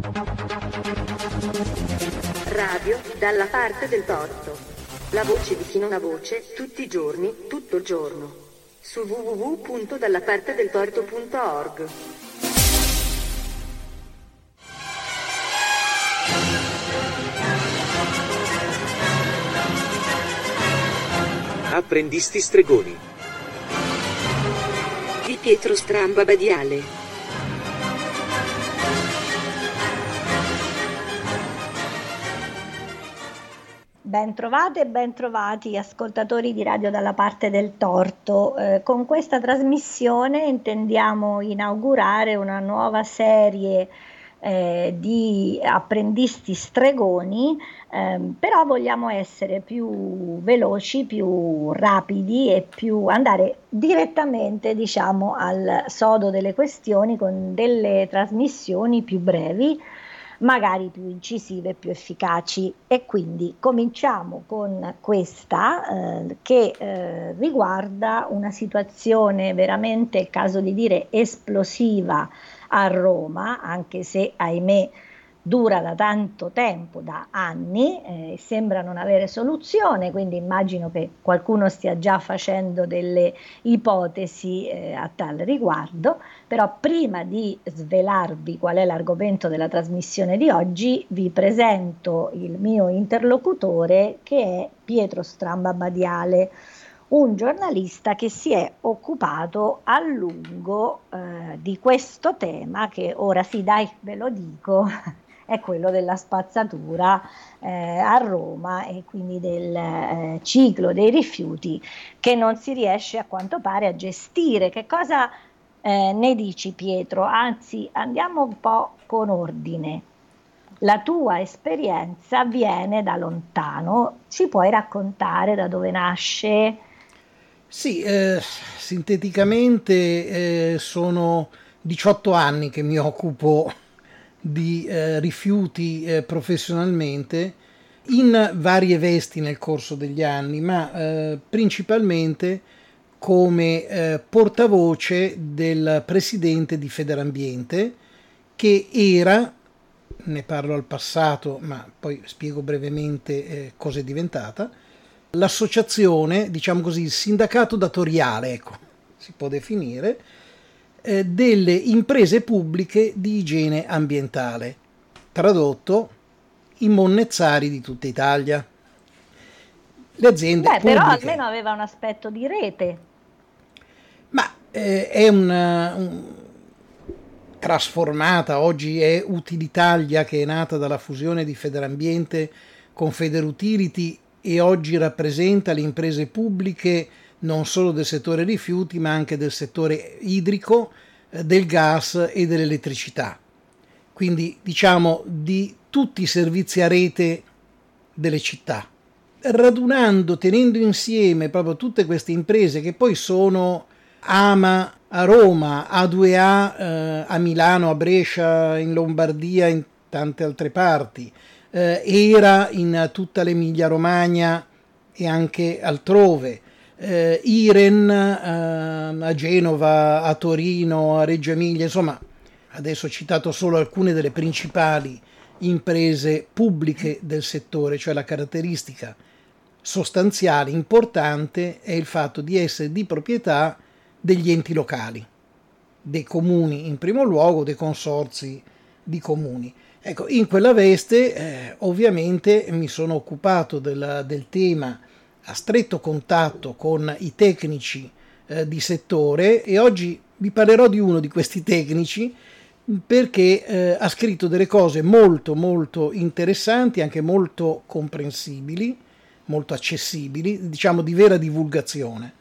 Radio dalla parte del torto. La voce di chi non ha voce, tutti i giorni, tutto il giorno. Su www.dallapartedeltorto.org. Apprendisti stregoni Di Pietro Stramba Badiale. Bentrovate e bentrovati ascoltatori di Radio dalla parte del torto. Con questa trasmissione intendiamo inaugurare una nuova serie di apprendisti stregoni, però vogliamo essere più veloci, più rapidi e più andare direttamente, diciamo, al sodo delle questioni con delle trasmissioni più brevi, magari più incisive, più efficaci. E quindi cominciamo con questa che riguarda una situazione veramente, è caso di dire, esplosiva a Roma, anche se ahimè dura da tanto tempo, da anni, sembra non avere soluzione, quindi immagino che qualcuno stia già facendo delle ipotesi a tal riguardo. Però prima di svelarvi qual è l'argomento della trasmissione di oggi, vi presento il mio interlocutore, che è Pietro Stramba Badiale, un giornalista che si è occupato a lungo di questo tema, che ora sì, dai, ve lo dico, è quello della spazzatura a Roma, e quindi del ciclo dei rifiuti che non si riesce a quanto pare a gestire. Che cosa ne dici, Pietro? Anzi, andiamo un po' con ordine. La tua esperienza viene da lontano, ci puoi raccontare da dove nasce? Sì, sinteticamente sono 18 anni che mi occupo di rifiuti professionalmente, in varie vesti nel corso degli anni, ma principalmente come portavoce del presidente di Federambiente, che era, ne parlo al passato ma poi spiego brevemente cosa è diventata, l'associazione, diciamo così, il sindacato datoriale, ecco, si può definire, delle imprese pubbliche di igiene ambientale, tradotto i monnezzari di tutta Italia. Le aziende pubbliche. Però almeno aveva un aspetto di rete. Ma è trasformata, oggi è Utilitalia, che è nata dalla fusione di Federambiente con Federutility, e oggi rappresenta le imprese pubbliche non solo del settore rifiuti ma anche del settore idrico, del gas e dell'elettricità, quindi diciamo di tutti i servizi a rete delle città, radunando, tenendo insieme proprio tutte queste imprese, che poi sono AMA a Roma, A2A a Milano, a Brescia, in Lombardia, in tante altre parti, era in tutta l'Emilia Romagna e anche altrove, Iren a Genova, a Torino, a Reggio Emilia, insomma adesso ho citato solo alcune delle principali imprese pubbliche del settore. Cioè la caratteristica sostanziale importante è il fatto di essere di proprietà degli enti locali, dei comuni in primo luogo, dei consorzi di comuni. Ecco, in quella veste ovviamente mi sono occupato del tema a stretto contatto con i tecnici di settore, e oggi vi parlerò di uno di questi tecnici, perché ha scritto delle cose molto molto interessanti, anche molto comprensibili, molto accessibili, diciamo di vera divulgazione,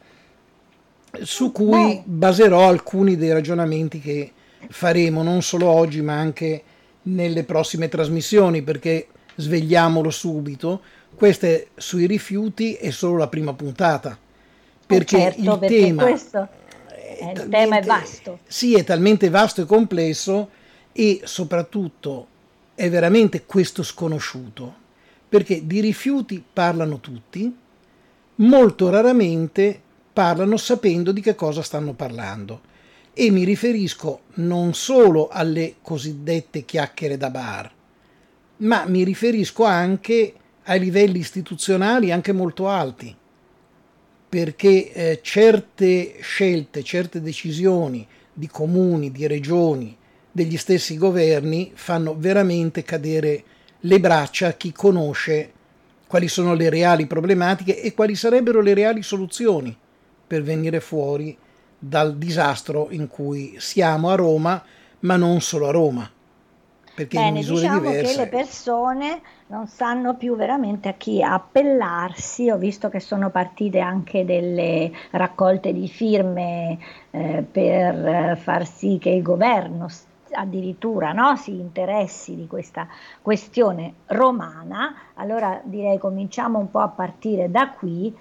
su cui baserò alcuni dei ragionamenti che faremo non solo oggi ma anche nelle prossime trasmissioni, perché svegliamolo subito, queste sui rifiuti è solo la prima puntata, perché certo, perché tema questo il tema è vasto. Sì, è talmente vasto e complesso, e soprattutto è veramente questo sconosciuto, perché di rifiuti parlano tutti, molto raramente parlano sapendo di che cosa stanno parlando. E mi riferisco non solo alle cosiddette chiacchiere da bar, ma mi riferisco anche ai livelli istituzionali anche molto alti, perché certe scelte, certe decisioni di comuni, di regioni, degli stessi governi fanno veramente cadere le braccia a chi conosce quali sono le reali problematiche e quali sarebbero le reali soluzioni per venire fuori dal disastro in cui siamo a Roma, ma non solo a Roma, perché in misure diverse. Che le persone non sanno più veramente a chi appellarsi. Ho visto che sono partite anche delle raccolte di firme per far sì che il governo addirittura, no, si interessi di questa questione romana. Allora direi cominciamo un po' a partire da qui,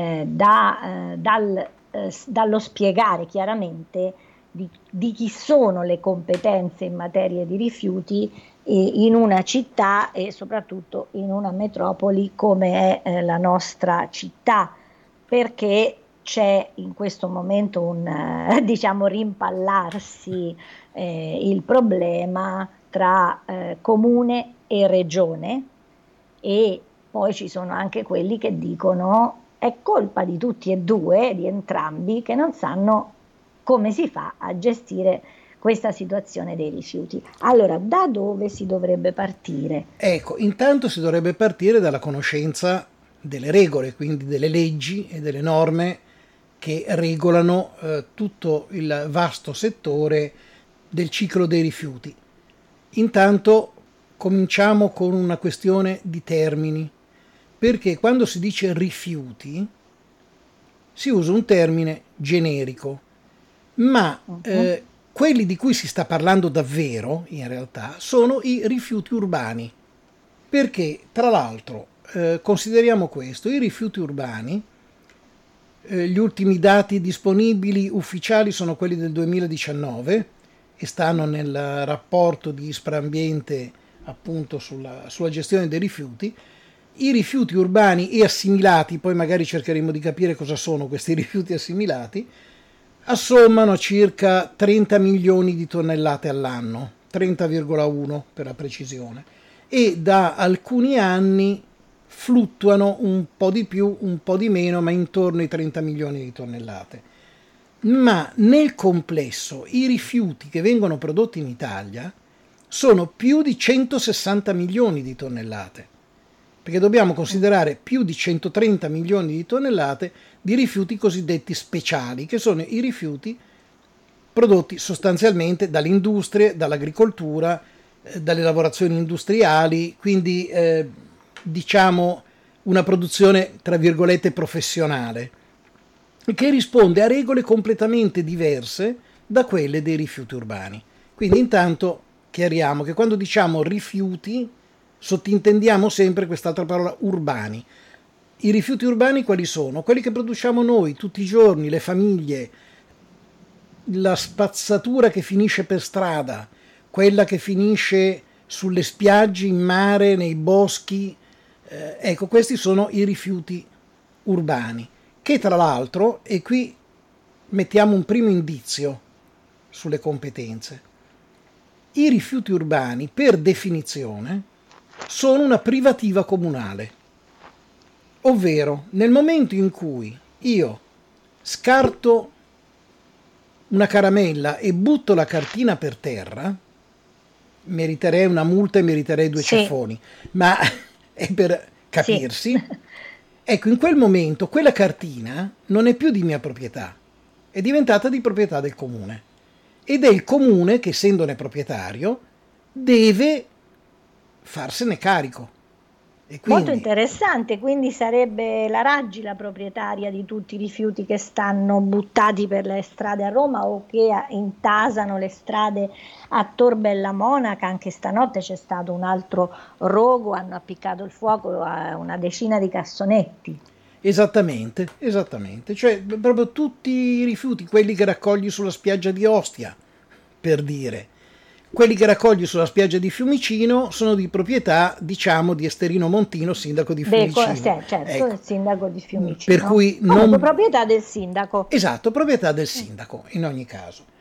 dallo spiegare chiaramente di chi sono le competenze in materia di rifiuti in una città e soprattutto in una metropoli come è la nostra città, perché c'è in questo momento un diciamo rimpallarsi il problema tra comune e regione, e poi ci sono anche quelli che dicono è colpa di tutti e due, di entrambi, che non sanno come si fa a gestire questa situazione dei rifiuti. Allora, da dove si dovrebbe partire? Ecco, intanto si dovrebbe partire dalla conoscenza delle regole, quindi delle leggi e delle norme che regolano tutto il vasto settore del ciclo dei rifiuti. Intanto cominciamo con una questione di termini, perché quando si dice rifiuti si usa un termine generico, ma quelli di cui si sta parlando davvero in realtà sono i rifiuti urbani, perché tra l'altro consideriamo questo: i rifiuti urbani, gli ultimi dati disponibili ufficiali sono quelli del 2019 e stanno nel rapporto di Ispraambiente appunto sulla gestione dei rifiuti. I rifiuti urbani e assimilati, poi magari cercheremo di capire cosa sono questi rifiuti assimilati, assommano a circa 30 milioni di tonnellate all'anno, 30,1 per la precisione, e da alcuni anni fluttuano un po' di più, un po' di meno, ma intorno ai 30 milioni di tonnellate. Ma nel complesso i rifiuti che vengono prodotti in Italia sono più di 160 milioni di tonnellate, perché dobbiamo considerare più di 130 milioni di tonnellate di rifiuti cosiddetti speciali, che sono i rifiuti prodotti sostanzialmente dalle industrie, dall'agricoltura, dalle lavorazioni industriali, quindi diciamo una produzione tra virgolette professionale, che risponde a regole completamente diverse da quelle dei rifiuti urbani. Quindi intanto chiariamo che quando diciamo rifiuti sottintendiamo sempre quest'altra parola, urbani. I rifiuti urbani quali sono? Quelli che produciamo noi tutti i giorni, le famiglie, la spazzatura che finisce per strada, quella che finisce sulle spiagge, in mare, nei boschi. Ecco, questi sono i rifiuti urbani, che tra l'altro, e qui mettiamo un primo indizio sulle competenze, i rifiuti urbani per definizione sono una privativa comunale, ovvero nel momento in cui io scarto una caramella e butto la cartina per terra, meriterei una multa e meriterei 2 ceffoni, ma è per capirsi. Sì. Ecco, in quel momento quella cartina non è più di mia proprietà, è diventata di proprietà del comune, ed è il comune che, essendone proprietario, deve farsene carico. E quindi, molto interessante, quindi sarebbe la Raggi la proprietaria di tutti i rifiuti che stanno buttati per le strade a Roma o che intasano le strade a Tor Bella Monaca. Anche stanotte c'è stato un altro rogo, hanno appiccato il fuoco a una decina di cassonetti. Esattamente, cioè proprio tutti i rifiuti, quelli che raccogli sulla spiaggia di Ostia, per dire. Quelli che raccogli sulla spiaggia di Fiumicino sono di proprietà, diciamo, di Esterino Montino, sindaco di Fiumicino. Certo, ecco. Il sindaco di Fiumicino. Per cui non... proprietà del sindaco. Esatto, proprietà del sindaco, in ogni caso.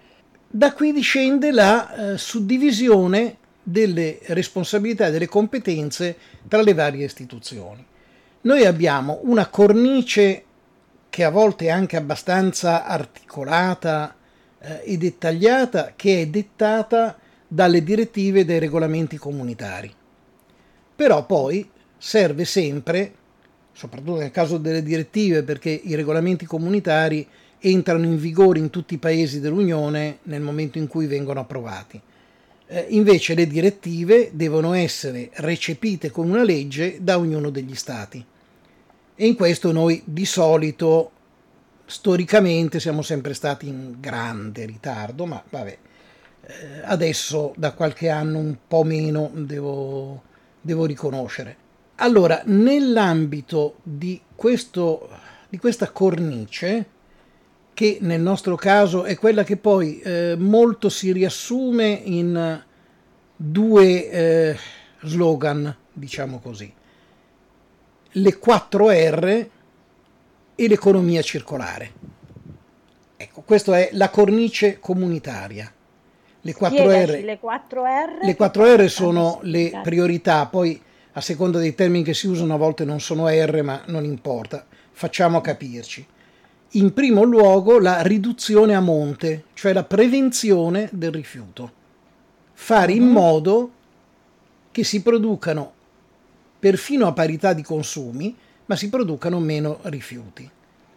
Da qui discende la suddivisione delle responsabilità e delle competenze tra le varie istituzioni. Noi abbiamo una cornice che a volte è anche abbastanza articolata e dettagliata, che è dettata dalle direttive e dai regolamenti comunitari. Però poi serve sempre, soprattutto nel caso delle direttive, perché i regolamenti comunitari entrano in vigore in tutti i paesi dell'Unione nel momento in cui vengono approvati. Invece le direttive devono essere recepite con una legge da ognuno degli Stati. E in questo noi di solito, storicamente, siamo sempre stati in grande ritardo, ma vabbè, adesso da qualche anno un po' meno devo riconoscere. Allora, nell'ambito di questa cornice, che nel nostro caso è quella che poi molto si riassume in due slogan, diciamo così: le 4 R e l'economia circolare. Ecco, questa è la cornice comunitaria. Le 4 R, le 4 R. Le 4 R sono le priorità, poi a seconda dei termini che si usano a volte non sono R, ma non importa, facciamo capirci. In primo luogo la riduzione a monte, cioè la prevenzione del rifiuto. Fare in modo che si producano, perfino a parità di consumi, ma si producano meno rifiuti.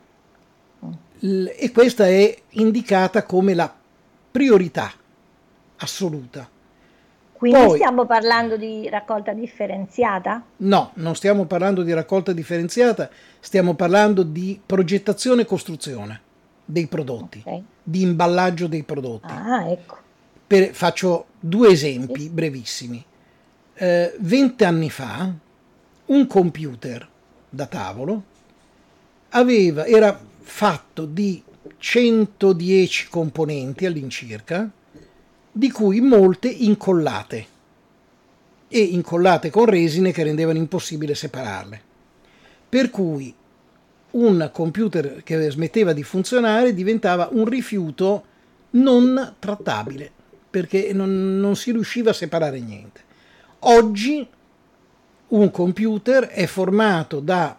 E questa è indicata come la priorità assoluta. Quindi poi, stiamo parlando di raccolta differenziata? No, non stiamo parlando di raccolta differenziata, stiamo parlando di progettazione e costruzione dei prodotti, di imballaggio dei prodotti. Ah, ecco. Faccio 2 esempi brevissimi. 20 anni fa un computer da tavolo era fatto di 110 componenti all'incirca, di cui molte incollate con resine che rendevano impossibile separarle. Per cui un computer che smetteva di funzionare diventava un rifiuto non trattabile, perché non si riusciva a separare niente. Oggi un computer è formato da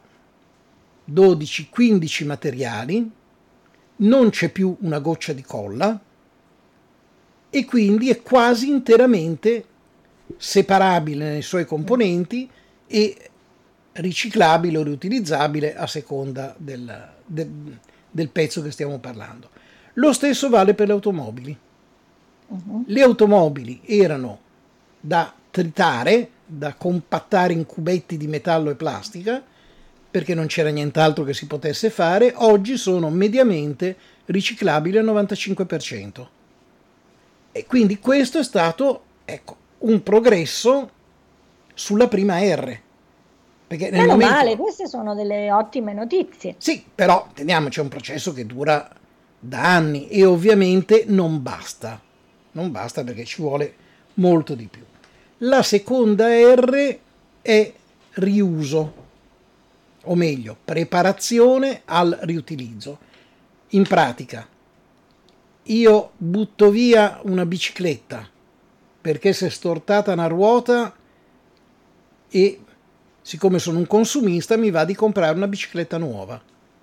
12-15 materiali, non c'è più una goccia di colla e quindi è quasi interamente separabile nei suoi componenti e riciclabile o riutilizzabile a seconda del pezzo che stiamo parlando. Lo stesso vale per le automobili. Le automobili erano da tritare, da compattare in cubetti di metallo e plastica, perché non c'era nient'altro che si potesse fare. Oggi sono mediamente riciclabili al 95%. E quindi questo è stato, un progresso sulla prima R. Perché nel momento... male, queste sono delle ottime notizie. Sì, però teniamoci, è un processo che dura da anni e ovviamente non basta. Non basta perché ci vuole molto di più. La seconda R è riuso, o meglio, preparazione al riutilizzo. In pratica, io butto via una bicicletta perché si è stortata una ruota e siccome sono un consumista mi va di comprare una bicicletta nuova.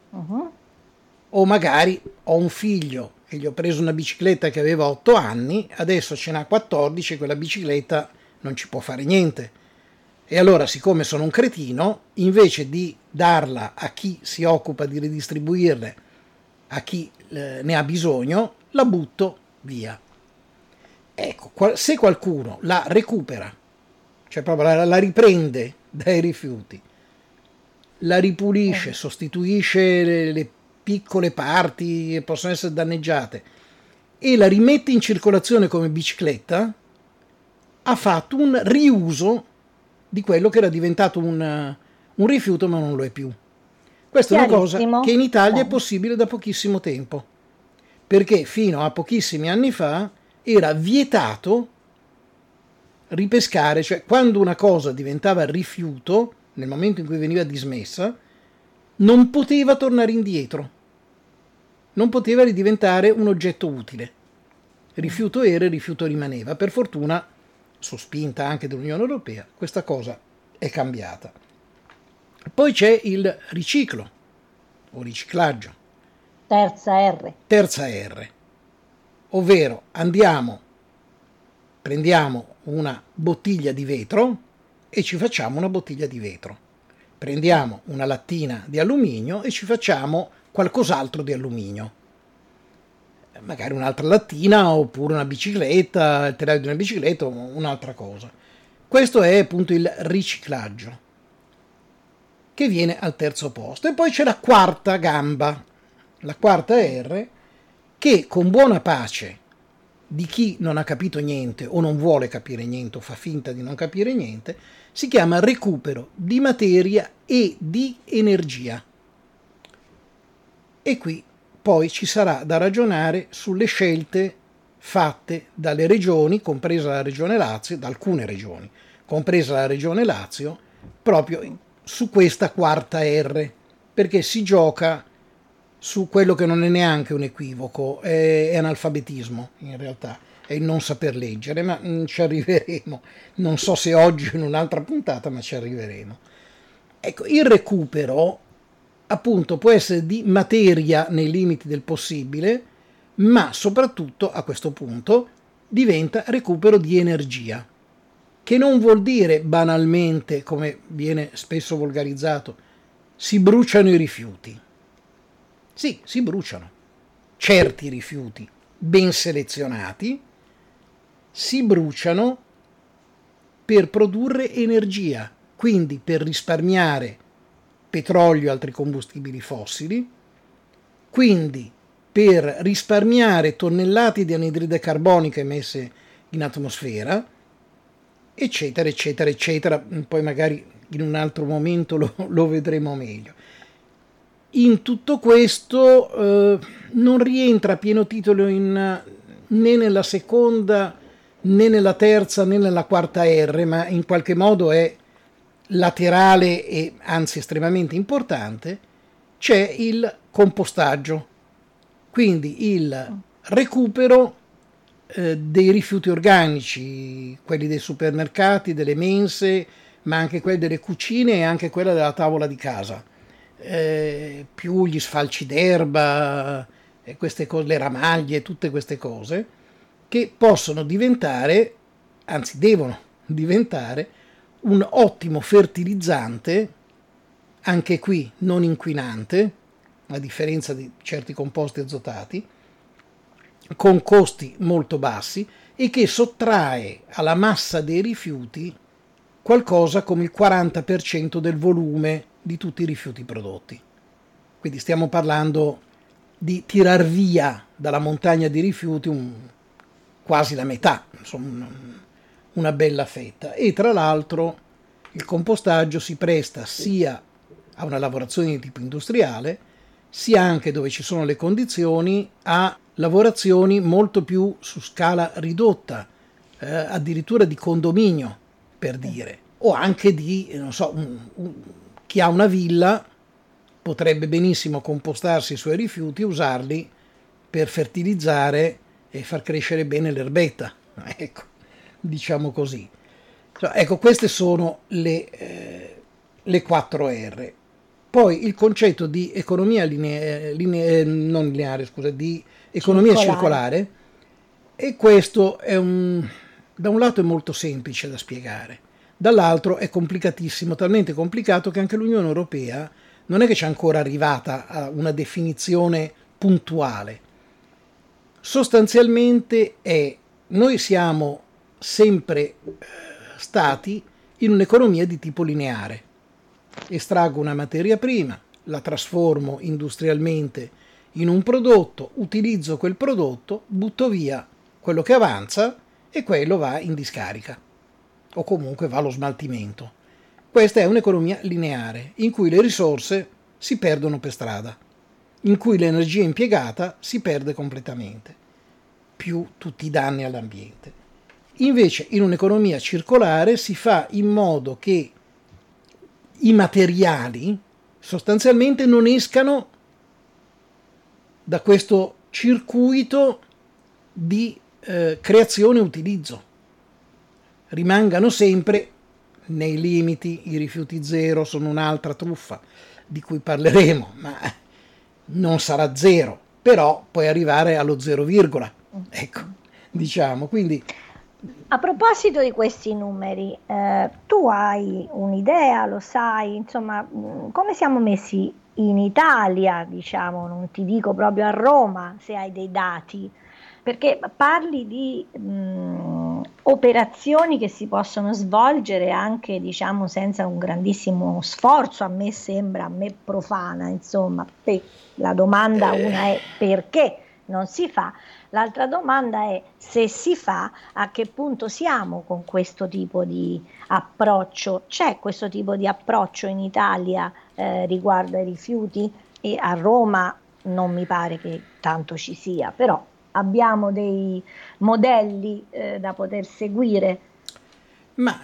O magari ho un figlio che gli ho preso una bicicletta che aveva 8 anni, adesso ce n'ha 14 e quella bicicletta non ci può fare niente. E allora, siccome sono un cretino, invece di darla a chi si occupa di ridistribuirle, a chi ne ha bisogno, la butto via. Ecco, se qualcuno la recupera, cioè proprio la riprende dai rifiuti, la ripulisce, sostituisce le piccole parti che possono essere danneggiate e la rimette in circolazione come bicicletta, ha fatto un riuso di quello che era diventato un rifiuto ma non lo è più. Questa è una cosa che in Italia è possibile da pochissimo tempo, perché fino a pochissimi anni fa era vietato ripescare, cioè quando una cosa diventava rifiuto, nel momento in cui veniva dismessa, non poteva tornare indietro, non poteva ridiventare un oggetto utile. Rifiuto era e rifiuto rimaneva. Per fortuna, su spinta anche dell'Unione Europea, questa cosa è cambiata. Poi c'è il riciclo o riciclaggio. Terza R, ovvero prendiamo una bottiglia di vetro e ci facciamo una bottiglia di vetro. Prendiamo una lattina di alluminio e ci facciamo qualcos'altro di alluminio. Magari un'altra lattina oppure una bicicletta, il telaio di una bicicletta o un'altra cosa. Questo è appunto il riciclaggio, che viene al terzo posto. E poi c'è la quarta gamba, la quarta R, che con buona pace di chi non ha capito niente o non vuole capire niente o fa finta di non capire niente, si chiama recupero di materia e di energia. E qui poi ci sarà da ragionare sulle scelte fatte dalle regioni, compresa la regione Lazio, da alcune regioni, compresa la regione Lazio, proprio su questa quarta R, perché si gioca su quello che non è neanche un equivoco, è analfabetismo in realtà, è il non saper leggere, ma ci arriveremo, non so se oggi o in un'altra puntata, ma ci arriveremo. Ecco, il recupero appunto può essere di materia nei limiti del possibile, ma soprattutto a questo punto diventa recupero di energia, che non vuol dire banalmente, come viene spesso volgarizzato, si bruciano i rifiuti. Sì, si bruciano. Certi rifiuti ben selezionati si bruciano per produrre energia, quindi per risparmiare petrolio e altri combustibili fossili, quindi per risparmiare tonnellate di anidride carbonica emesse in atmosfera, eccetera, eccetera, eccetera. Poi magari in un altro momento lo vedremo meglio. In tutto questo non rientra a pieno titolo né nella seconda, né nella terza, né nella quarta R, ma in qualche modo è laterale e anzi estremamente importante. C'è il compostaggio, quindi il recupero dei rifiuti organici, quelli dei supermercati, delle mense, ma anche quelli delle cucine e anche quella della tavola di casa. Più gli sfalci d'erba, queste cose, le ramaglie, tutte queste cose che possono diventare, anzi devono diventare, un ottimo fertilizzante, anche qui non inquinante, a differenza di certi composti azotati, con costi molto bassi e che sottrae alla massa dei rifiuti qualcosa come il 40% del volume di tutti i rifiuti prodotti. Quindi stiamo parlando di tirar via dalla montagna di rifiuti quasi la metà, insomma una bella fetta. E tra l'altro il compostaggio si presta sia a una lavorazione di tipo industriale, sia anche, dove ci sono le condizioni, a lavorazioni molto più su scala ridotta, addirittura di condominio, per dire, o anche di, non so, chi ha una villa potrebbe benissimo compostarsi i suoi rifiuti e usarli per fertilizzare e far crescere bene l'erbetta, ecco, diciamo così. Ecco, queste sono le 4 R. Poi il concetto di economia non lineare, scusa, di economia circolare, e questo è da un lato è molto semplice da spiegare, dall'altro è complicatissimo, talmente complicato che anche l'Unione Europea non è che c'è ancora arrivata a una definizione puntuale. Sostanzialmente noi siamo sempre stati in un'economia di tipo lineare. Estraggo una materia prima, la trasformo industrialmente in un prodotto, utilizzo quel prodotto, butto via quello che avanza e quello va in discarica o comunque va allo smaltimento. Questa è un'economia lineare in cui le risorse si perdono per strada, in cui l'energia impiegata si perde completamente, più tutti i danni all'ambiente. Invece in un'economia circolare si fa in modo che i materiali sostanzialmente non escano da questo circuito di creazione e utilizzo rimangano sempre nei limiti. I rifiuti zero sono un'altra truffa di cui parleremo, ma non sarà zero, però puoi arrivare allo 0, ecco, diciamo. Quindi a proposito di questi numeri, tu hai un'idea, lo sai, insomma, come siamo messi in Italia, diciamo, non ti dico proprio a Roma, se hai dei dati, perché parli di operazioni che si possono svolgere anche, diciamo, senza un grandissimo sforzo, a me profana, insomma. La domanda una è perché non si fa, l'altra domanda è se si fa, a che punto siamo con questo tipo di approccio. C'è questo tipo di approccio in Italia riguardo ai rifiuti? E a Roma non mi pare che tanto ci sia, però abbiamo dei modelli da poter seguire? Ma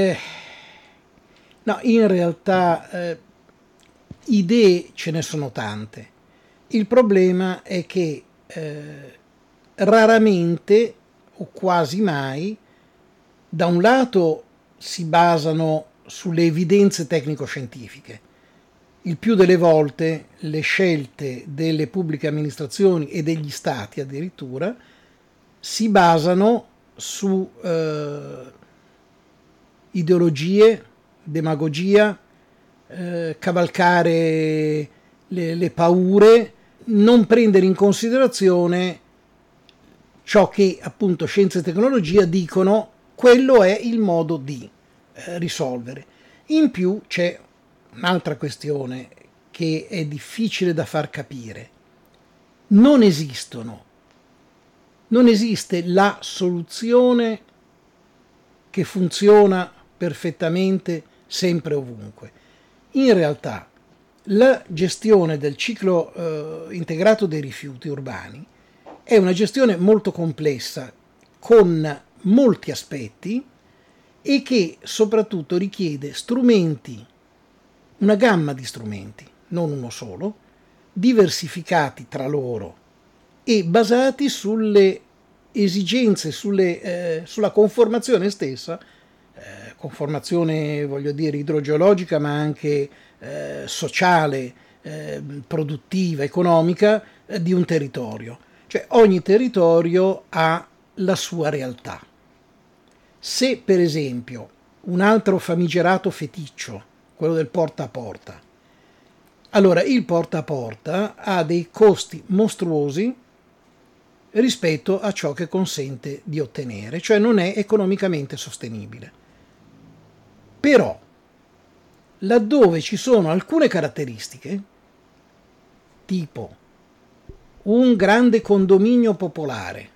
no, in realtà idee ce ne sono tante. Il problema è che raramente o quasi mai, da un lato si basano sulle evidenze tecnico-scientifiche. Il più delle volte le scelte delle pubbliche amministrazioni e degli stati addirittura si basano su ideologie, demagogia, cavalcare le paure, non prendere in considerazione ciò che appunto scienza e tecnologia dicono, quello è il modo di risolvere. In più c'è un'altra questione che è difficile da far capire. Non esiste la soluzione che funziona perfettamente sempre ovunque. In realtà la gestione del ciclo integrato dei rifiuti urbani è una gestione molto complessa, con molti aspetti, e che soprattutto richiede strumenti, una gamma di strumenti, non uno solo, diversificati tra loro e basati sulle esigenze, sulla conformazione stessa, conformazione voglio dire idrogeologica, ma anche sociale, produttiva, economica di un territorio. Cioè ogni territorio ha la sua realtà. Se per esempio un altro famigerato feticcio, quello del porta a porta, allora il porta a porta ha dei costi mostruosi rispetto a ciò che consente di ottenere, cioè non è economicamente sostenibile. Però laddove ci sono alcune caratteristiche, tipo un grande condominio popolare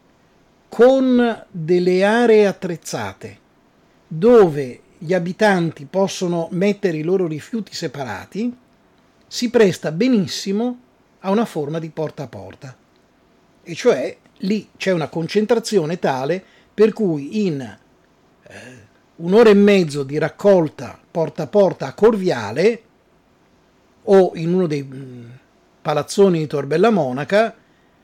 con delle aree attrezzate dove gli abitanti possono mettere i loro rifiuti separati, si presta benissimo a una forma di porta a porta. E cioè lì c'è una concentrazione tale per cui in un'ora e mezzo di raccolta porta a porta a Corviale o in uno dei palazzoni di Tor Bella Monaca,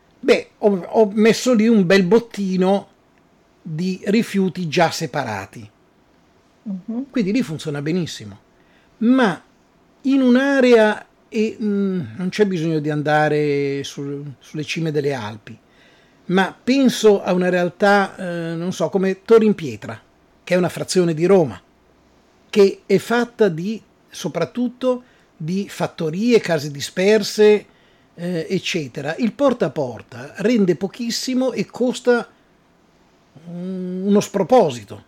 ho messo lì un bel bottino di rifiuti già separati. Quindi lì funziona benissimo. Ma in un'area, e non c'è bisogno di andare sulle cime delle Alpi, ma penso a una realtà, non so, come Tor in Pietra, che è una frazione di Roma, che è fatta soprattutto di fattorie, case disperse, eccetera. Il porta a porta rende pochissimo e costa uno sproposito.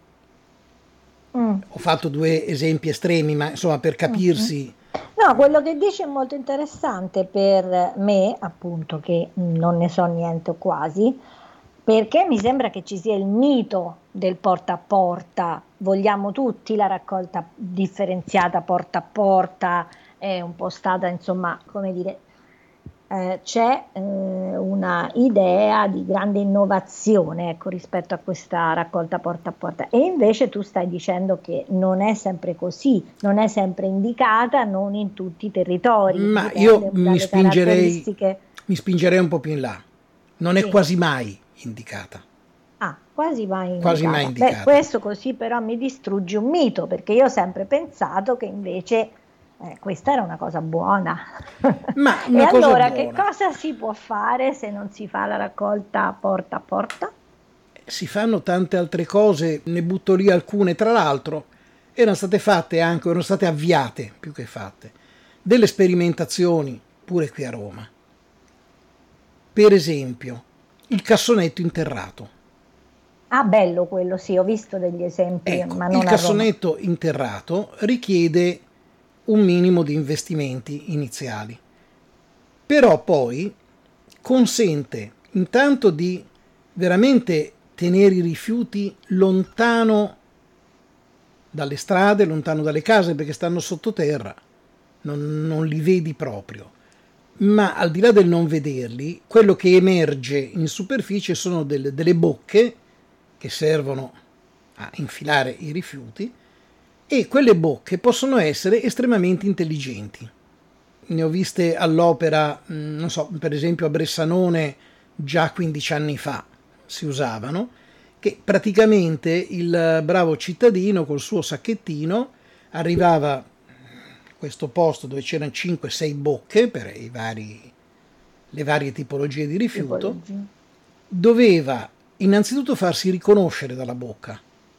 Ho fatto due esempi estremi, ma insomma per capirsi. No, quello che dici è molto interessante per me, appunto, che non ne so niente o quasi, perché mi sembra che ci sia il mito del porta a porta. Vogliamo tutti la raccolta differenziata porta a porta, è un po' stata, insomma, come dire, c'è una idea di grande innovazione, ecco, rispetto a questa raccolta porta a porta, e invece tu stai dicendo che non è sempre così, non è sempre indicata, non in tutti i territori. Ma io mi spingerei un po' più in là, non è quasi mai indicata. Ah, quasi mai Quasi mai indicata. Beh, indicata. questo così però mi distrugge un mito, perché io ho sempre pensato che invece questa era una cosa buona. Ma E una cosa allora che buona, cosa si può fare se non si fa la raccolta porta a porta? si fanno tante altre cose, ne butto lì alcune, tra l'altro erano state fatte anche, erano state avviate più che fatte, delle sperimentazioni pure qui a Roma. Per esempio, il cassonetto interrato. Ah, bello quello, sì, ho visto degli esempi, Ecco, ma il non a Roma. cassonetto interrato richiede un minimo di investimenti iniziali, però poi consente intanto di veramente tenere i rifiuti lontano dalle strade, lontano dalle case perché stanno sottoterra, non li vedi proprio. Ma al di là del non vederli, quello che emerge in superficie sono delle bocche che servono a infilare i rifiuti, e quelle bocche possono essere estremamente intelligenti. Ne ho viste all'opera, non so, per esempio a Bressanone già 15 anni fa si usavano, che praticamente il bravo cittadino col suo sacchettino arrivava a questo posto dove c'erano 5-6 bocche per le varie tipologie di rifiuto, Tipologia. doveva innanzitutto farsi riconoscere dalla bocca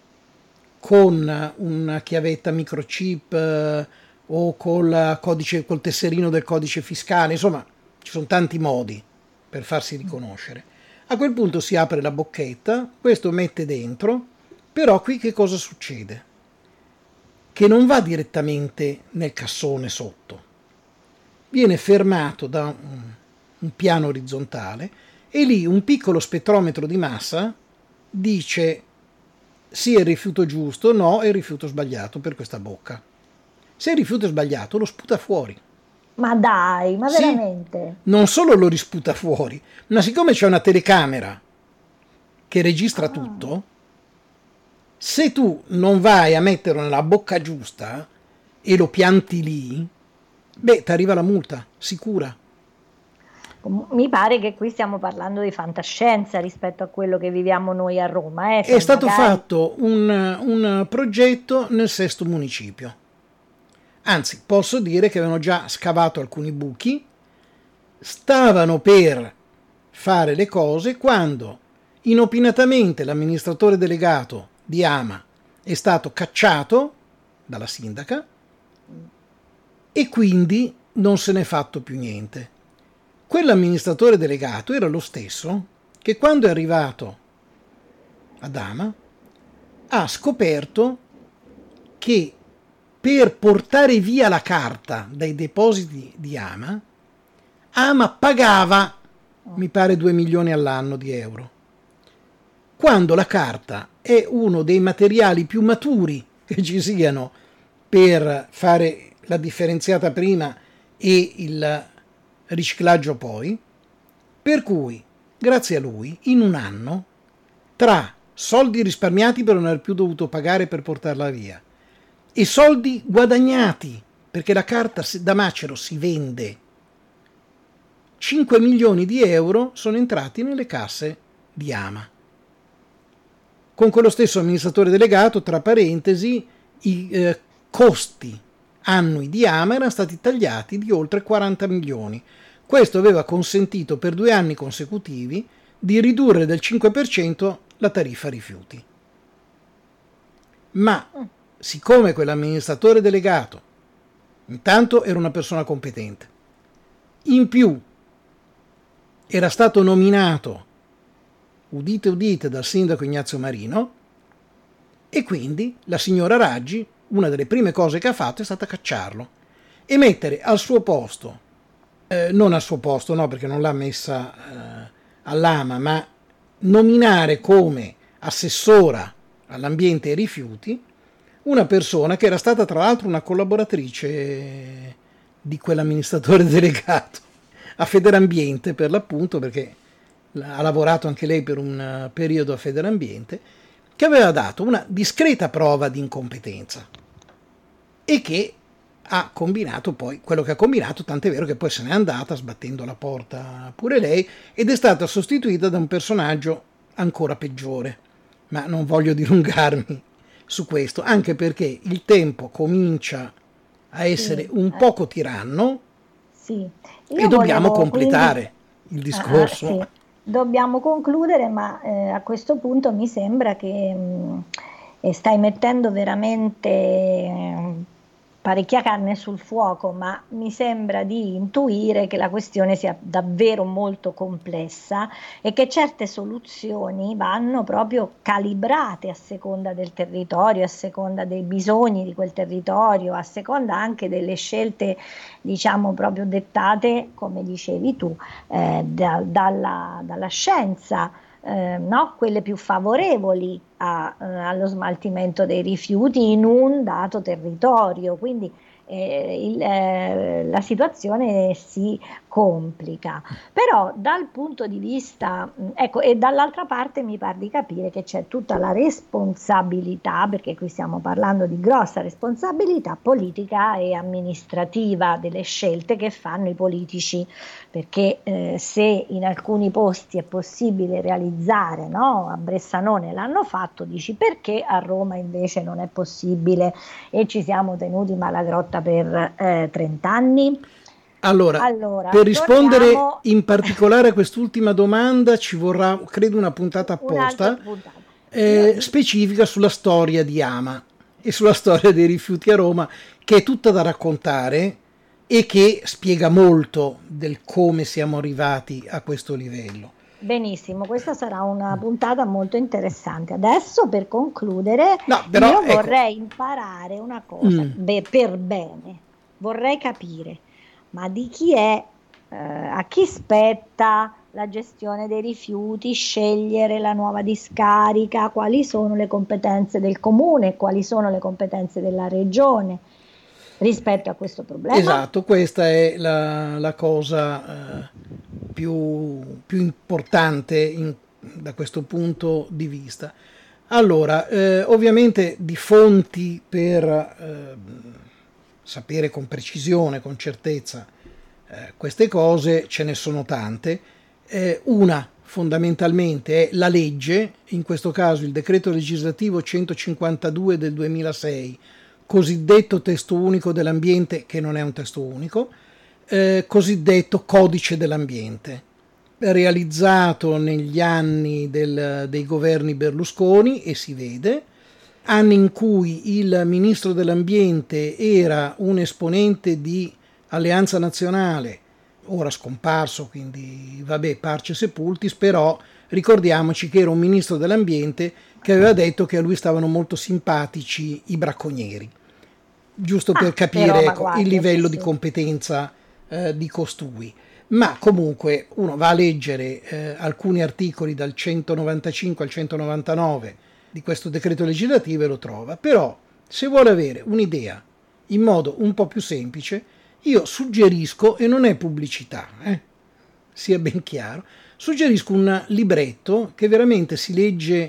con una chiavetta microchip o col tesserino del codice fiscale, insomma ci sono tanti modi per farsi riconoscere. A quel punto si apre la bocchetta, questo mette dentro, però qui che cosa succede? Che non va direttamente nel cassone sotto, viene fermato da un piano orizzontale e lì un piccolo spettrometro di massa dice sì è il rifiuto giusto, no è il rifiuto sbagliato per questa bocca. Se il rifiuto è sbagliato lo sputa fuori. Ma dai, ma Sì, veramente? non solo lo risputa fuori, ma siccome c'è una telecamera che registra Ah. tutto, se tu non vai a metterlo nella bocca giusta e lo pianti lì, beh, ti arriva la multa, sicura. Mi pare che qui stiamo parlando di fantascienza rispetto a quello che viviamo noi a Roma, È cioè stato magari... fatto un progetto nel sesto municipio. Anzi, posso dire che avevano già scavato alcuni buchi, stavano per fare le cose quando inopinatamente l'amministratore delegato di Ama è stato cacciato dalla sindaca e quindi non se n'è fatto più niente. Quell'amministratore delegato era lo stesso che quando è arrivato ad Ama ha scoperto che per portare via la carta dai depositi di Ama pagava, mi pare, 2 milioni all'anno di euro, quando la carta è uno dei materiali più maturi che ci siano per fare la differenziata prima e il riciclaggio poi, per cui, grazie a lui, in un anno, tra soldi risparmiati per non aver più dovuto pagare per portarla via e soldi guadagnati perché la carta da macero si vende, 5 milioni di euro sono entrati nelle casse di Ama. Con quello stesso amministratore delegato, tra parentesi, i costi annui di Ama erano stati tagliati di oltre 40 milioni. Questo aveva consentito per 2 anni consecutivi di ridurre del 5% la tariffa rifiuti. Ma siccome quell'amministratore delegato intanto era una persona competente, in più era stato nominato, udite udite, dal sindaco Ignazio Marino, e quindi la signora Raggi, una delle prime cose che ha fatto è stata cacciarlo e mettere al suo posto, non al suo posto no perché non l'ha messa all'Ama, ma nominare come assessora all'ambiente e ai rifiuti una persona che era stata tra l'altro una collaboratrice di quell'amministratore delegato a Federambiente, per l'appunto, perché ha lavorato anche lei per un periodo a Federambiente, che aveva dato una discreta prova di incompetenza e che ha combinato poi quello che ha combinato, tant'è vero che poi se n'è andata sbattendo la porta pure lei ed è stata sostituita da un personaggio ancora peggiore. Ma non voglio dilungarmi su questo, anche perché il tempo comincia a essere un poco tiranno, sì. e dobbiamo completare il discorso. Sì. Dobbiamo concludere, ma a questo punto mi sembra che stai mettendo veramente parecchia carne sul fuoco, ma mi sembra di intuire che la questione sia davvero molto complessa e che certe soluzioni vanno proprio calibrate a seconda del territorio, a seconda dei bisogni di quel territorio, a seconda anche delle scelte, diciamo, proprio dettate, come dicevi tu, dalla scienza. No? Quelle più favorevoli allo smaltimento dei rifiuti in un dato territorio, quindi la situazione si complica. Però dal punto di vista, ecco, e dall'altra parte mi pare di capire che c'è tutta la responsabilità, perché qui stiamo parlando di grossa responsabilità politica e amministrativa delle scelte che fanno i politici, perché se in alcuni posti è possibile realizzare, no? A Bressanone l'hanno fatto, dici perché a Roma invece non è possibile e ci siamo tenuti Malagrotta per 30 anni? Allora, per rispondere in particolare a quest'ultima domanda ci vorrà, credo, una puntata apposta, specifica sulla storia di Ama e sulla storia dei rifiuti a Roma, che è tutta da raccontare e che spiega molto del come siamo arrivati a questo livello. Benissimo, questa sarà una puntata molto interessante. Adesso, per concludere, io vorrei imparare una cosa, per bene, vorrei capire, ma di chi è, a chi spetta la gestione dei rifiuti, scegliere la nuova discarica, quali sono le competenze del comune, quali sono le competenze della regione rispetto a questo problema? Esatto, questa è la cosa più importante da questo punto di vista. Allora, ovviamente di fonti per sapere con precisione, con certezza queste cose ce ne sono tante. Una fondamentalmente è la legge, in questo caso il decreto legislativo 152 del 2006, cosiddetto testo unico dell'ambiente, che non è un testo unico, cosiddetto codice dell'ambiente, realizzato negli anni dei governi Berlusconi, e si vede, anni in cui il ministro dell'ambiente era un esponente di Alleanza Nazionale, ora scomparso, quindi vabbè, parce sepultis, però ricordiamoci che era un ministro dell'ambiente che aveva detto che a lui stavano molto simpatici i bracconieri, giusto per capire il livello di competenza di costui. Ma comunque uno va a leggere alcuni articoli dal 195 al 199 di questo decreto legislativo e lo trova. Però se vuole avere un'idea in modo un po' più semplice, io suggerisco, e non è pubblicità, sia ben chiaro, suggerisco un libretto che veramente si legge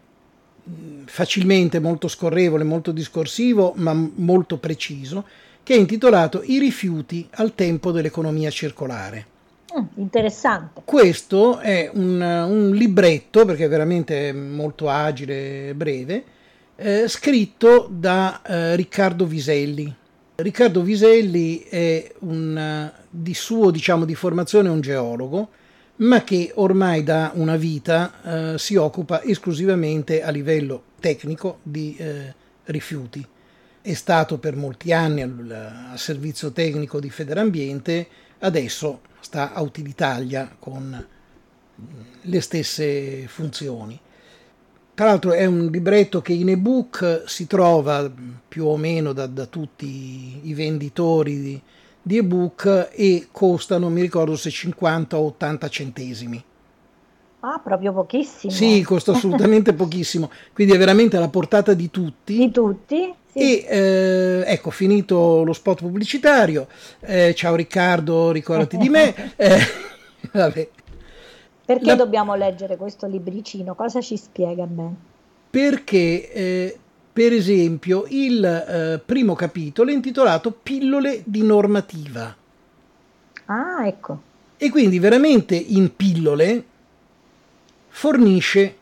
facilmente, molto scorrevole, molto discorsivo, ma molto preciso, che è intitolato I rifiuti al tempo dell'economia circolare. Interessante. Questo è un libretto, perché è veramente molto agile e breve, scritto da Riccardo Viselli. Riccardo Viselli è di formazione un geologo, ma che ormai da una vita si occupa esclusivamente a livello tecnico di rifiuti. È stato per molti anni al servizio tecnico di Federambiente, adesso sta a Utilitalia con le stesse funzioni. Tra l'altro è un libretto che in ebook si trova più o meno da tutti i venditori di ebook e costa, non mi ricordo se 50 o 80 centesimi. Ah, proprio pochissimo. Sì, costa assolutamente pochissimo, quindi è veramente alla portata di tutti. Di tutti? Sì. E ecco, finito lo spot pubblicitario. Ciao Riccardo, ricordati di me. Vabbè. Perché dobbiamo leggere questo libricino? Cosa ci spiega bene? Perché, per esempio, il primo capitolo è intitolato Pillole di normativa. Ah, ecco. E quindi veramente in pillole fornisce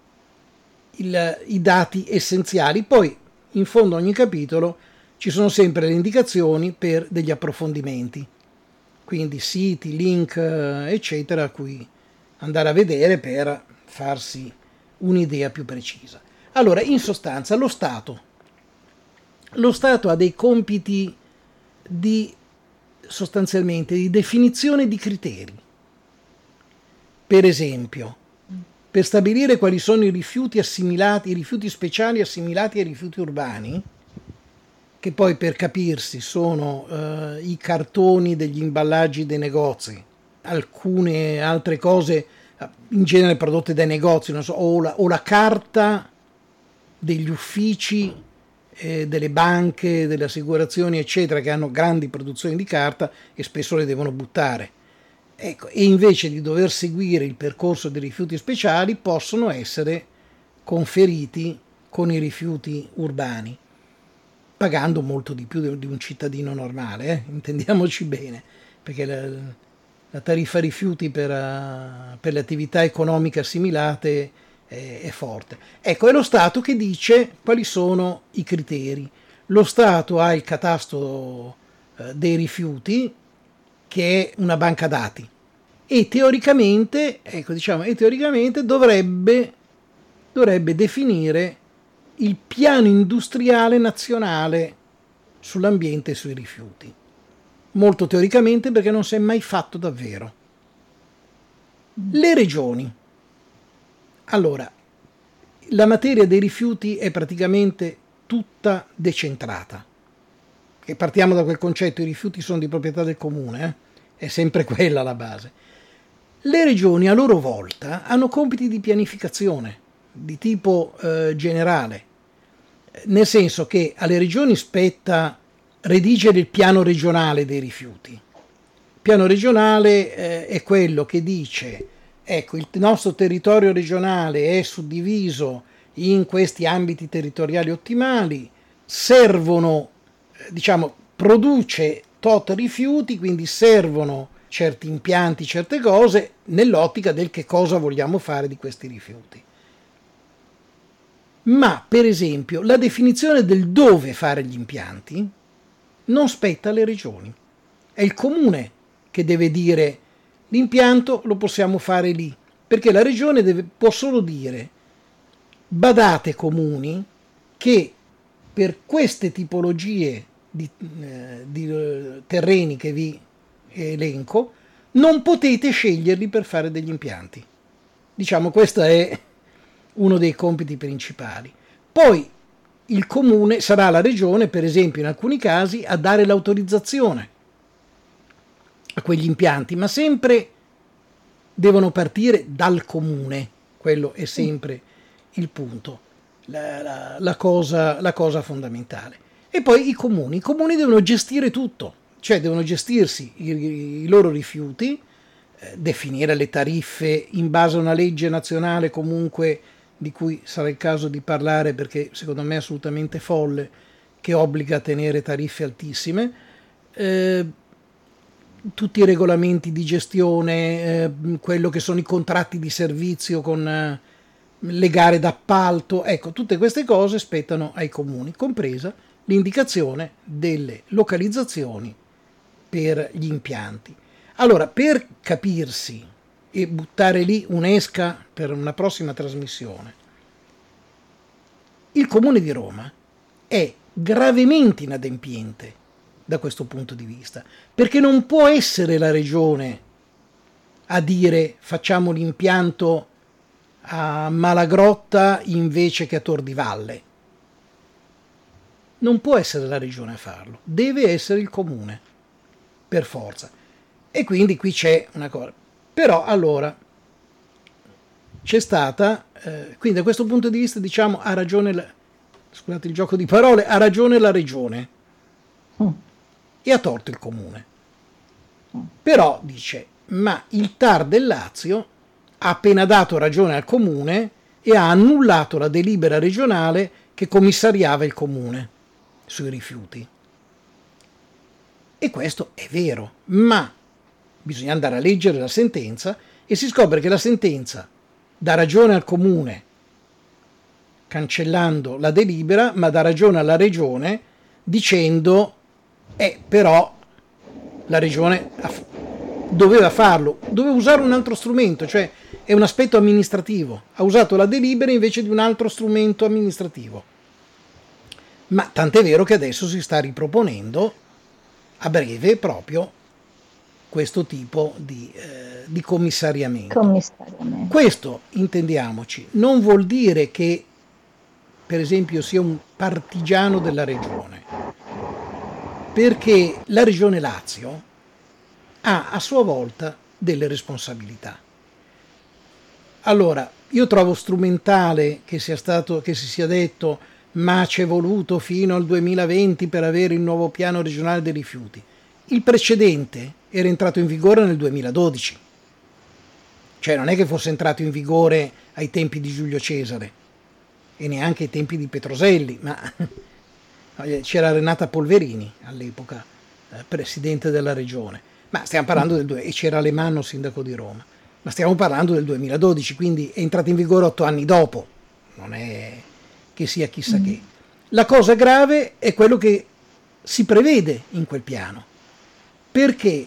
i dati essenziali. Poi in fondo a ogni capitolo ci sono sempre le indicazioni per degli approfondimenti, quindi siti, link, eccetera, a cui andare a vedere per farsi un'idea più precisa. Allora, in sostanza, lo Stato ha dei compiti sostanzialmente di definizione di criteri. Per esempio, per stabilire quali sono i rifiuti speciali assimilati ai rifiuti urbani, che poi, per capirsi, sono i cartoni degli imballaggi dei negozi, alcune altre cose in genere prodotte dai negozi, non so, o la carta degli uffici, delle banche, delle assicurazioni, eccetera, che hanno grandi produzioni di carta e spesso le devono buttare. Ecco, e invece di dover seguire il percorso dei rifiuti speciali, possono essere conferiti con i rifiuti urbani, pagando molto di più di un cittadino normale, intendiamoci bene, perché la tariffa rifiuti per le attività economiche assimilate è forte. Ecco, è lo Stato che dice quali sono i criteri. Lo Stato ha il catasto dei rifiuti, che è una banca dati, e teoricamente dovrebbe definire il piano industriale nazionale sull'ambiente e sui rifiuti. Molto teoricamente, perché non si è mai fatto davvero. Le regioni. Allora, la materia dei rifiuti è praticamente tutta decentrata. E partiamo da quel concetto: i rifiuti sono di proprietà del comune, è sempre quella la base. Le regioni a loro volta hanno compiti di pianificazione di tipo generale, nel senso che alle regioni spetta redigere il piano regionale dei rifiuti. Il piano regionale è quello che dice: ecco, il nostro territorio regionale è suddiviso in questi ambiti territoriali ottimali, produce tot rifiuti, quindi servono certi impianti, certe cose, nell'ottica del che cosa vogliamo fare di questi rifiuti. Ma, per esempio, la definizione del dove fare gli impianti non spetta alle regioni. È il comune che deve dire: l'impianto lo possiamo fare lì, perché la regione può solo dire: badate comuni che per queste tipologie di terreni che vi elenco non potete sceglierli per fare degli impianti. Questo è uno dei compiti principali. Poi il comune sarà la regione, per esempio in alcuni casi, a dare l'autorizzazione a quegli impianti, ma sempre devono partire dal comune. Quello è sempre il punto, la cosa fondamentale. E poi i comuni devono gestire tutto, cioè devono gestirsi i loro rifiuti, definire le tariffe in base a una legge nazionale comunque, di cui sarà il caso di parlare perché secondo me è assolutamente folle, che obbliga a tenere tariffe altissime, tutti i regolamenti di gestione, quello che sono i contratti di servizio con le gare d'appalto, ecco, tutte queste cose spettano ai comuni, compresa l'indicazione delle localizzazioni per gli impianti. Allora, per capirsi e buttare lì un'esca per una prossima trasmissione, il Comune di Roma è gravemente inadempiente da questo punto di vista, perché non può essere la regione a dire: facciamo l'impianto a Malagrotta invece che a Tor di Valle. Non può essere la regione a farlo, deve essere il comune, per forza. E quindi qui c'è una cosa. Però allora c'è stata, quindi da questo punto di vista ha ragione, scusate il gioco di parole, ha ragione la regione e ha torto il comune. Però dice: ma il TAR del Lazio ha appena dato ragione al comune e ha annullato la delibera regionale che commissariava il comune sui rifiuti. E questo è vero, ma bisogna andare a leggere la sentenza e si scopre che la sentenza dà ragione al comune cancellando la delibera, ma dà ragione alla regione dicendo però la regione doveva farlo, doveva usare un altro strumento, cioè è un aspetto amministrativo, ha usato la delibera invece di un altro strumento amministrativo. Ma tant'è vero che adesso si sta riproponendo a breve proprio questo tipo di commissariamento. Questo, intendiamoci, non vuol dire che per esempio sia un partigiano della regione, perché la regione Lazio ha a sua volta delle responsabilità. Allora, io trovo strumentale che si sia detto ma ci è voluto fino al 2020 per avere il nuovo piano regionale dei rifiuti. Il precedente era entrato in vigore nel 2012, cioè non è che fosse entrato in vigore ai tempi di Giulio Cesare e neanche ai tempi di Petroselli, ma c'era Renata Polverini all'epoca, presidente della regione, ma stiamo parlando e c'era Alemanno, sindaco di Roma, ma stiamo parlando del 2012, quindi è entrato in vigore 8 anni dopo, non è che sia chissà che. La cosa grave è quello che si prevede in quel piano, perché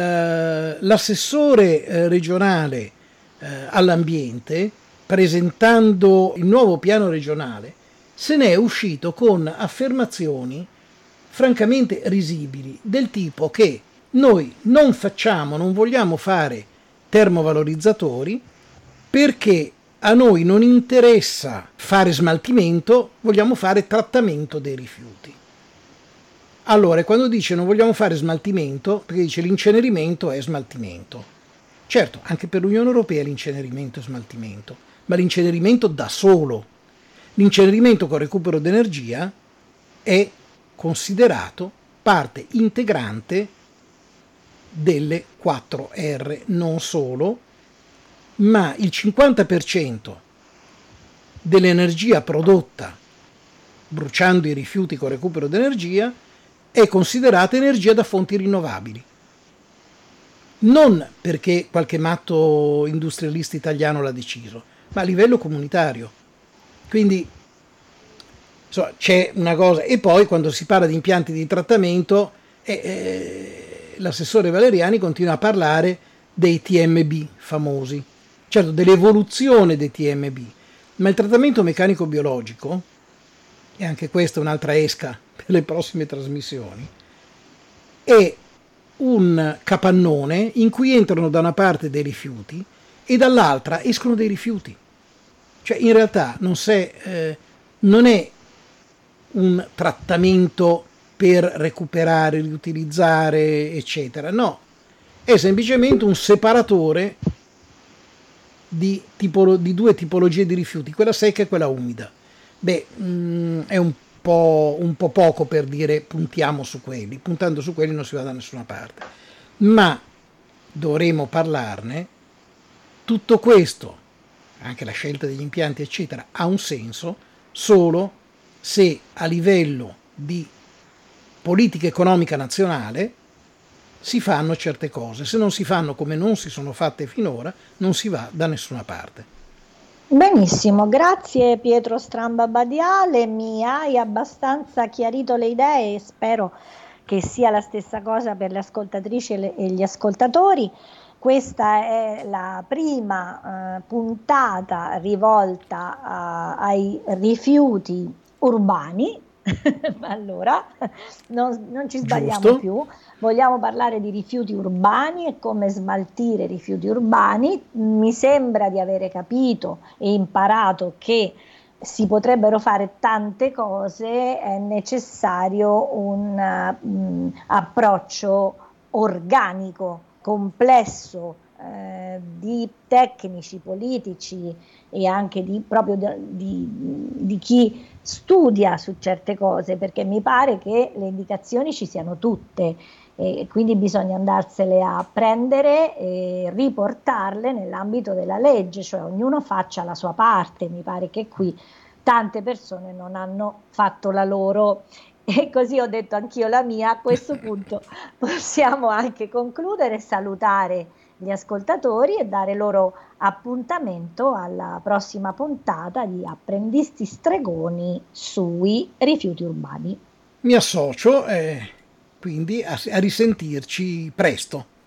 l'assessore regionale all'ambiente, presentando il nuovo piano regionale, se ne è uscito con affermazioni francamente risibili, del tipo che noi non vogliamo fare termovalorizzatori perché a noi non interessa fare smaltimento, vogliamo fare trattamento dei rifiuti. Allora, quando dice non vogliamo fare smaltimento, perché dice l'incenerimento è smaltimento. Certo, anche per l'Unione Europea l'incenerimento è smaltimento, ma l'incenerimento da solo. L'incenerimento con recupero d'energia è considerato parte integrante delle 4R, non solo, ma il 50% dell'energia prodotta bruciando i rifiuti con recupero d'energia è considerata energia da fonti rinnovabili. Non perché qualche matto industrialista italiano l'ha deciso, ma a livello comunitario. Quindi insomma, c'è una cosa. E poi quando si parla di impianti di trattamento, l'assessore Valeriani continua a parlare dei TMB famosi, certo dell'evoluzione dei TMB, ma il trattamento meccanico biologico, e anche questa è un'altra esca per le prossime trasmissioni, è un capannone in cui entrano da una parte dei rifiuti e dall'altra escono dei rifiuti. Cioè in realtà non è un trattamento per recuperare, riutilizzare, eccetera, no, è semplicemente un separatore di due tipologie di rifiuti, quella secca e quella umida. È un po' poco per dire puntiamo su quelli, puntando su quelli non si va da nessuna parte, ma dovremo parlarne. Tutto questo, anche la scelta degli impianti eccetera, ha un senso solo se a livello di politica economica nazionale si fanno certe cose. Se non si fanno come non si sono fatte finora, non si va da nessuna parte. Benissimo, grazie Pietro Stramba Badiale, mi hai abbastanza chiarito le idee e spero che sia la stessa cosa per le ascoltatrici e gli ascoltatori. Questa è la prima puntata rivolta ai rifiuti urbani. Allora, non ci sbagliamo Giusto. più, vogliamo parlare di rifiuti urbani e come smaltire rifiuti urbani. Mi sembra di avere capito e imparato che si potrebbero fare tante cose, è necessario un approccio organico, complesso, di tecnici, politici e anche di chi studia su certe cose, perché mi pare che le indicazioni ci siano tutte e quindi bisogna andarsele a prendere e riportarle nell'ambito della legge, cioè ognuno faccia la sua parte. Mi pare che qui tante persone non hanno fatto la loro. E così ho detto anch'io la mia. A questo punto possiamo anche concludere e salutare gli ascoltatori e dare loro appuntamento alla prossima puntata di Apprendisti Stregoni sui rifiuti urbani. Mi associo, quindi a risentirci presto.